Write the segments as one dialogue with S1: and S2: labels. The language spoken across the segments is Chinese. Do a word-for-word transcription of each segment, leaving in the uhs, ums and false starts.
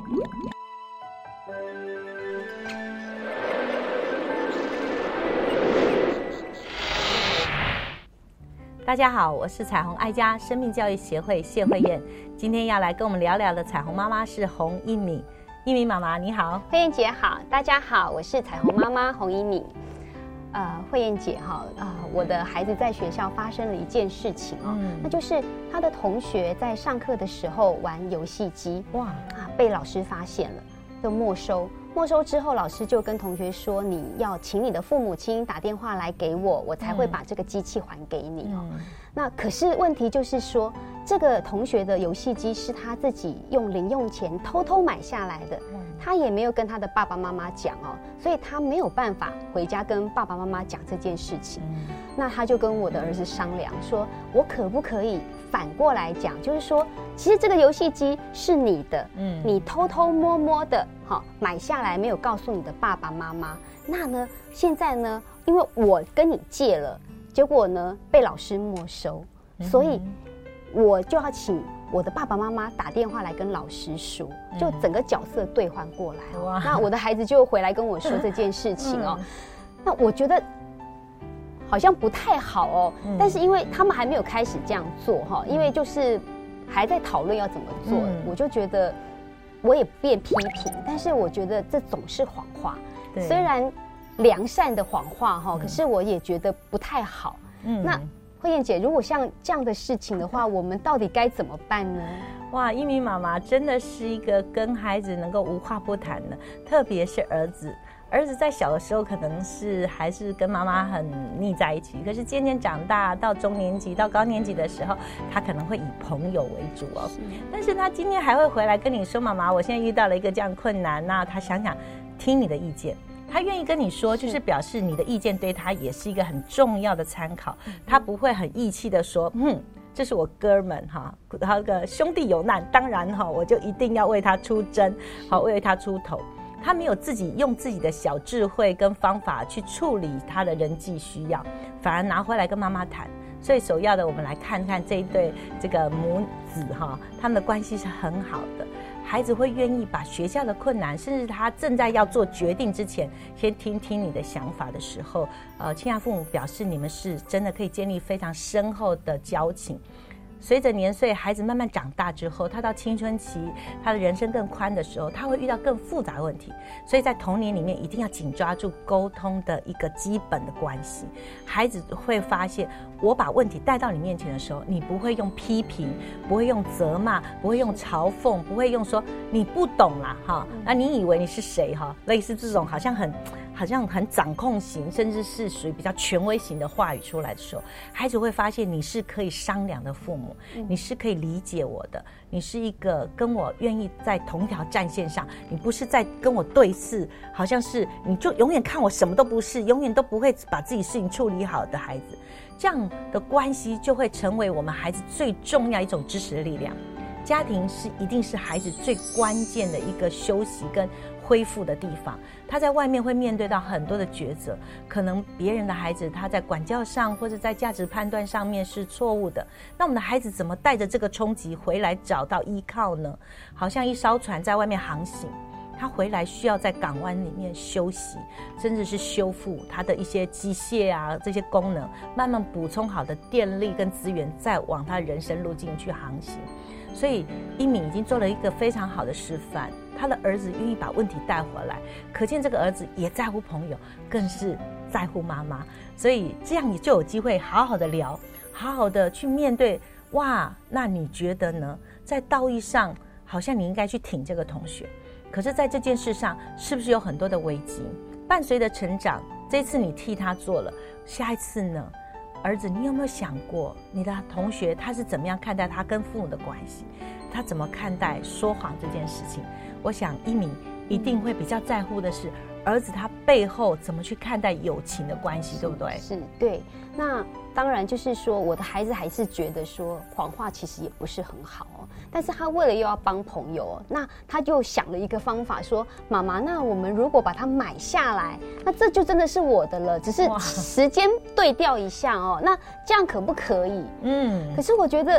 S1: 大家好，我是彩虹爱家生命教育协会谢慧燕，今天要来跟我们聊聊的彩虹妈妈是洪一敏。一敏妈妈你好。
S2: 慧燕姐好，大家好，我是彩虹妈妈洪一敏。呃，慧燕姐哈，呃，我的孩子在学校发生了一件事情哦，嗯、那就是他的同学在上课的时候玩游戏机，哇啊，被老师发现了，就没收。没收之后，老师就跟同学说：“你要请你的父母亲打电话来给我，我才会把这个机器还给你哦。嗯”那可是问题就是说，这个同学的游戏机是他自己用零用钱偷偷买下来的，他也没有跟他的爸爸妈妈讲哦，所以他没有办法回家跟爸爸妈妈讲这件事情。嗯、那他就跟我的儿子商量说：“我可不可以反过来讲，就是说，其实这个游戏机是你的，嗯，你偷偷摸摸的。”好，买下来没有告诉你的爸爸妈妈，那呢？现在呢？因为我跟你借了，结果呢被老师没收，嗯、所以我就要请我的爸爸妈妈打电话来跟老师说，就整个角色兑换过来哦。嗯、那我的孩子就回来跟我说这件事情哦。嗯、那我觉得好像不太好哦，嗯、但是因为他们还没有开始这样做哈，因为就是还在讨论要怎么做，嗯、我就觉得。我也不便批评，但是我觉得这总是谎话。虽然良善的谎话哈，嗯、可是我也觉得不太好。嗯，那慧燕姐，如果像这样的事情的话，我们到底该怎么办呢？
S1: 哇，一鸣妈妈真的是一个跟孩子能够无话不谈的，特别是儿子。儿子在小的时候可能是还是跟妈妈很腻在一起，可是渐渐长大到中年级到高年级的时候，他可能会以朋友为主哦。是但是他今天还会回来跟你说，妈妈，我现在遇到了一个这样困难，那他想想听你的意见，他愿意跟你说，就是表示你的意见对他也是一个很重要的参考，他不会很义气的说，嗯。这是我哥们哈，他个兄弟有难，当然哈，我就一定要为他出征，好为他出头。他没有自己用自己的小智慧跟方法去处理他的人际需要，反而拿回来跟妈妈谈。所以首要的，我们来看看这一对这个母子哈，他们的关系是很好的。孩子会愿意把学校的困难，甚至他正在要做决定之前，先听听你的想法的时候，呃，亲爱父母表示你们是真的可以建立非常深厚的交情。随着年岁，孩子慢慢长大之后，他到青春期，他的人生更宽的时候，他会遇到更复杂的问题。所以在童年里面，一定要紧抓住沟通的一个基本的关系。孩子会发现，我把问题带到你面前的时候，你不会用批评，不会用责骂，不会用嘲讽，不会用说你不懂啦哈，那你以为你是谁哈？类似这种好像很。好像很掌控型，甚至是属于比较权威型的话语出来的时候，孩子会发现你是可以商量的父母，嗯、你是可以理解我的，你是一个跟我愿意在同一条战线上，你不是在跟我对视，好像是你就永远看我什么都不是，永远都不会把自己事情处理好的孩子，这样的关系就会成为我们孩子最重要一种支持的力量。家庭是一定是孩子最关键的一个休息跟恢复的地方，他在外面会面对到很多的抉择，可能别人的孩子他在管教上或者在价值判断上面是错误的，那我们的孩子怎么带着这个冲击回来找到依靠呢？好像一艘船在外面航行，他回来需要在港湾里面休息，甚至是修复他的一些机械啊这些功能，慢慢补充好的电力跟资源，再往他人生路径去航行。所以一敏已经做了一个非常好的示范，他的儿子愿意把问题带回来，可见这个儿子也在乎朋友，更是在乎妈妈，所以这样你就有机会好好的聊，好好的去面对。哇，那你觉得呢？在道义上好像你应该去挺这个同学，可是在这件事上是不是有很多的危机伴随着成长？这次你替他做了，下一次呢？儿子，你有没有想过你的同学他是怎么样看待他跟父母的关系，他怎么看待说谎这件事情？我想一鸣一定会比较在乎的是儿子他背后怎么去看待友情的关系，对不对？
S2: 是，对。那当然就是说，我的孩子还是觉得说谎话其实也不是很好哦，但是他为了又要帮朋友哦，那他就想了一个方法说，妈妈，那我们如果把它买下来，那这就真的是我的了，只是时间对调一下哦，那这样可不可以？嗯，可是我觉得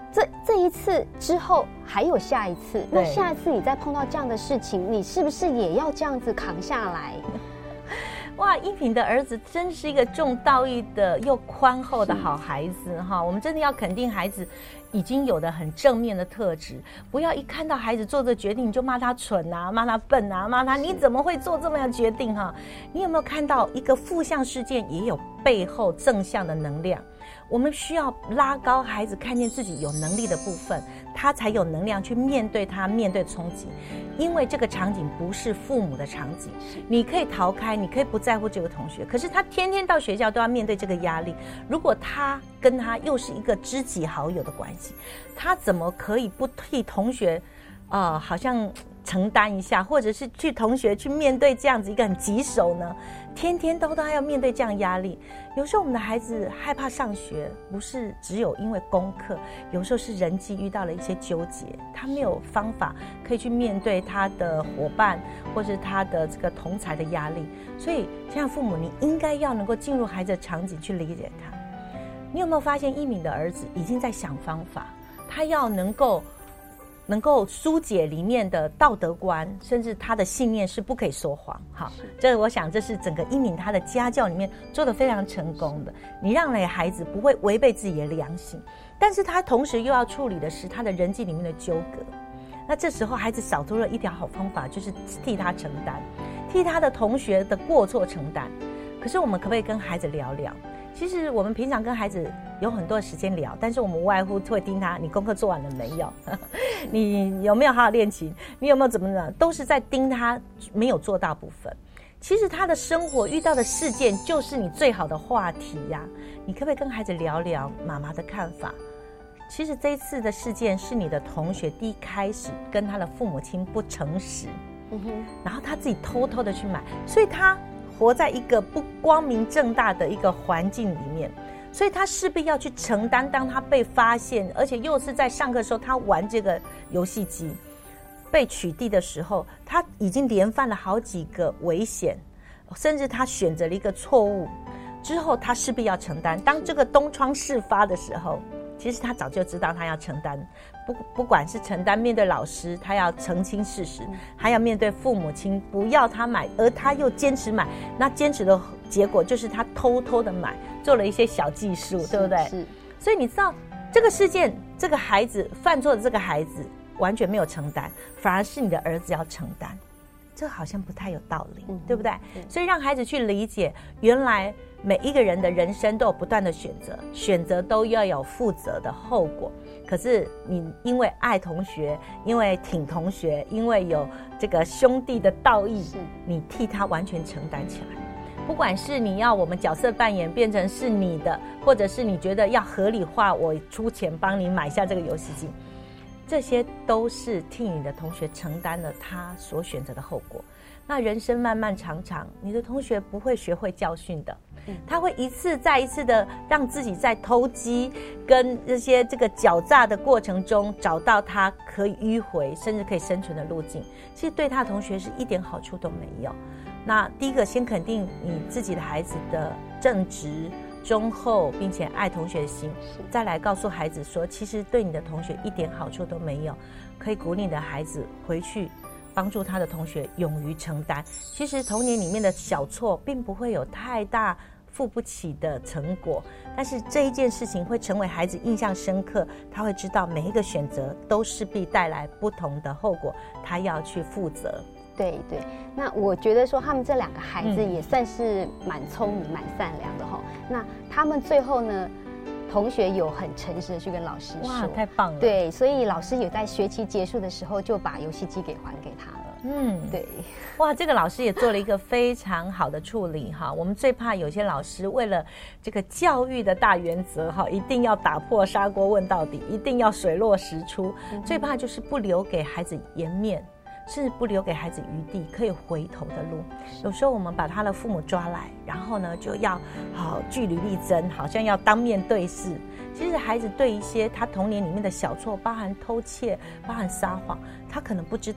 S2: 这这一次之后还有下一次，那下一次你再碰到这样的事情，你是不是也要这样子扛下来？
S1: 哇，依萍的儿子真是一个重道义的又宽厚的好孩子哈！我们真的要肯定孩子已经有的很正面的特质，不要一看到孩子做这决定你就骂他蠢啊，骂他笨啊，骂他你怎么会做这么样决定哈？你有没有看到一个负向事件也有背后正向的能量？我们需要拉高孩子看见自己有能力的部分，他才有能量去面对他面对冲击。因为这个场景不是父母的场景，你可以逃开，你可以不在乎这个同学，可是他天天到学校都要面对这个压力。如果他跟他又是一个知己好友的关系，他怎么可以不替同学呃，好像承担一下，或者是去同学去面对这样子一个很棘手呢？天天都都要面对这样压力。有时候我们的孩子害怕上学，不是只有因为功课，有时候是人际遇到了一些纠结，他没有方法可以去面对他的伙伴或是他的这个同侪的压力。所以像父母，你应该要能够进入孩子的场景去理解他。你有没有发现依敏的儿子已经在想方法，他要能够能够疏解里面的道德观，甚至他的信念是不可以说谎。好，这我想这是整个依敏他的家教里面做得非常成功的。你让那孩子不会违背自己的良心，但是他同时又要处理的是他的人际里面的纠葛。那这时候孩子少出了一条好方法，就是替他承担，替他的同学的过错承担。可是我们可不可以跟孩子聊聊？其实我们平常跟孩子有很多时间聊，但是我们无外乎会盯他，你功课做完了没有？你有没有好好练琴？你有没有怎么呢？都是在盯他没有做到部分。其实他的生活遇到的事件就是你最好的话题呀、啊。你可不可以跟孩子聊聊妈妈的看法？其实这一次的事件是你的同学第一开始跟他的父母亲不诚实，嗯哼，然后他自己偷偷的去买，所以他活在一个不光明正大的一个环境里面，所以他势必要去承担。当他被发现，而且又是在上课的时候他玩这个游戏机被取缔的时候，他已经连犯了好几个危险，甚至他选择了一个错误之后，他势必要承担。当这个东窗事发的时候，其实他早就知道他要承担，不不管是承担面对老师，他要澄清事实，还要面对父母亲不要他买，而他又坚持买，那坚持的结果就是他偷偷的买，做了一些小技术，对不对？是。所以你知道这个事件，这个孩子犯错的这个孩子完全没有承担，反而是你的儿子要承担，这好像不太有道理，嗯、对不对？嗯、所以让孩子去理解，原来每一个人的人生都有不断的选择，选择都要有负责的后果。可是你因为爱同学，因为挺同学，因为有这个兄弟的道义，你替他完全承担起来。不管是你要我们角色扮演变成是你的，或者是你觉得要合理化我出钱帮你买下这个游戏机，这些都是替你的同学承担了他所选择的后果。那人生漫漫长长，你的同学不会学会教训的，他会一次再一次的让自己在投机跟这些这个狡诈的过程中找到他可以迂回甚至可以生存的路径。其实对他的同学是一点好处都没有。那第一个先肯定你自己的孩子的正直忠厚并且爱同学的心，再来告诉孩子说其实对你的同学一点好处都没有，可以鼓励你的孩子回去帮助他的同学勇于承担。其实童年里面的小错并不会有太大付不起的成果，但是这一件事情会成为孩子印象深刻，他会知道每一个选择都势必带来不同的后果，他要去负责。
S2: 对对，那我觉得说他们这两个孩子也算是蛮聪明、蛮善良的哈。那他们最后呢，同学有很诚实的去跟老师说，
S1: 哇，太棒了。
S2: 对，所以老师也在学期结束的时候就把游戏机给还给他了。嗯，对，
S1: 哇，这个老师也做了一个非常好的处理哈。我们最怕有些老师为了这个教育的大原则哈，一定要打破砂锅问到底，一定要水落石出，嗯、最怕就是不留给孩子颜面。是不留给孩子余地可以回头的路。有时候我们把他的父母抓来，然后呢就要好据理力争，好像要当面对视。其实孩子对一些他童年里面的小错，包含偷窃，包含撒谎，他可能不知道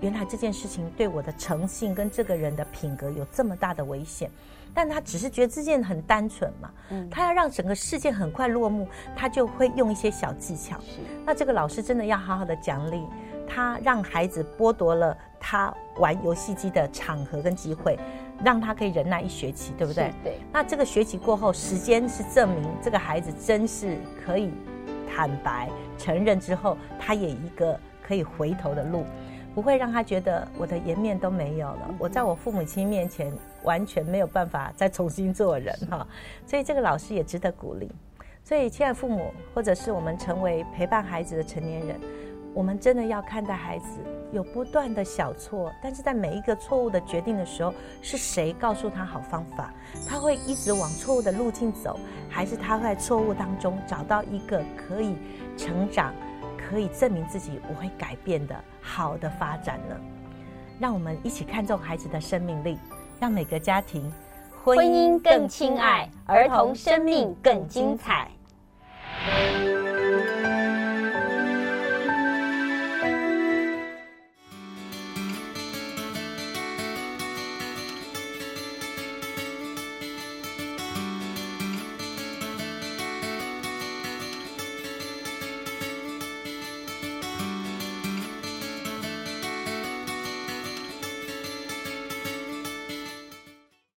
S1: 原来这件事情对我的诚信跟这个人的品格有这么大的危险。但他只是觉得这件很单纯嘛，嗯，他要让整个事件很快落幕，他就会用一些小技巧。那这个老师真的要好好的奖励他，让孩子剥夺了他玩游戏机的场合跟机会，让他可以忍耐一学期，对不对？
S2: 对。
S1: 那这个学期过后，时间是证明这个孩子真是可以坦白承认之后，他也一个可以回头的路。不会让他觉得我的颜面都没有了，我在我父母亲面前完全没有办法再重新做人哈，所以这个老师也值得鼓励。所以亲爱的父母，或者是我们成为陪伴孩子的成年人，我们真的要看待孩子有不断的小错，但是在每一个错误的决定的时候，是谁告诉他好方法？他会一直往错误的路径走，还是他会在错误当中找到一个可以成长，可以证明自己我会改变的好的发展呢？让我们一起看重孩子的生命力，让每个家庭
S2: 婚姻更亲爱，儿童生命更精彩。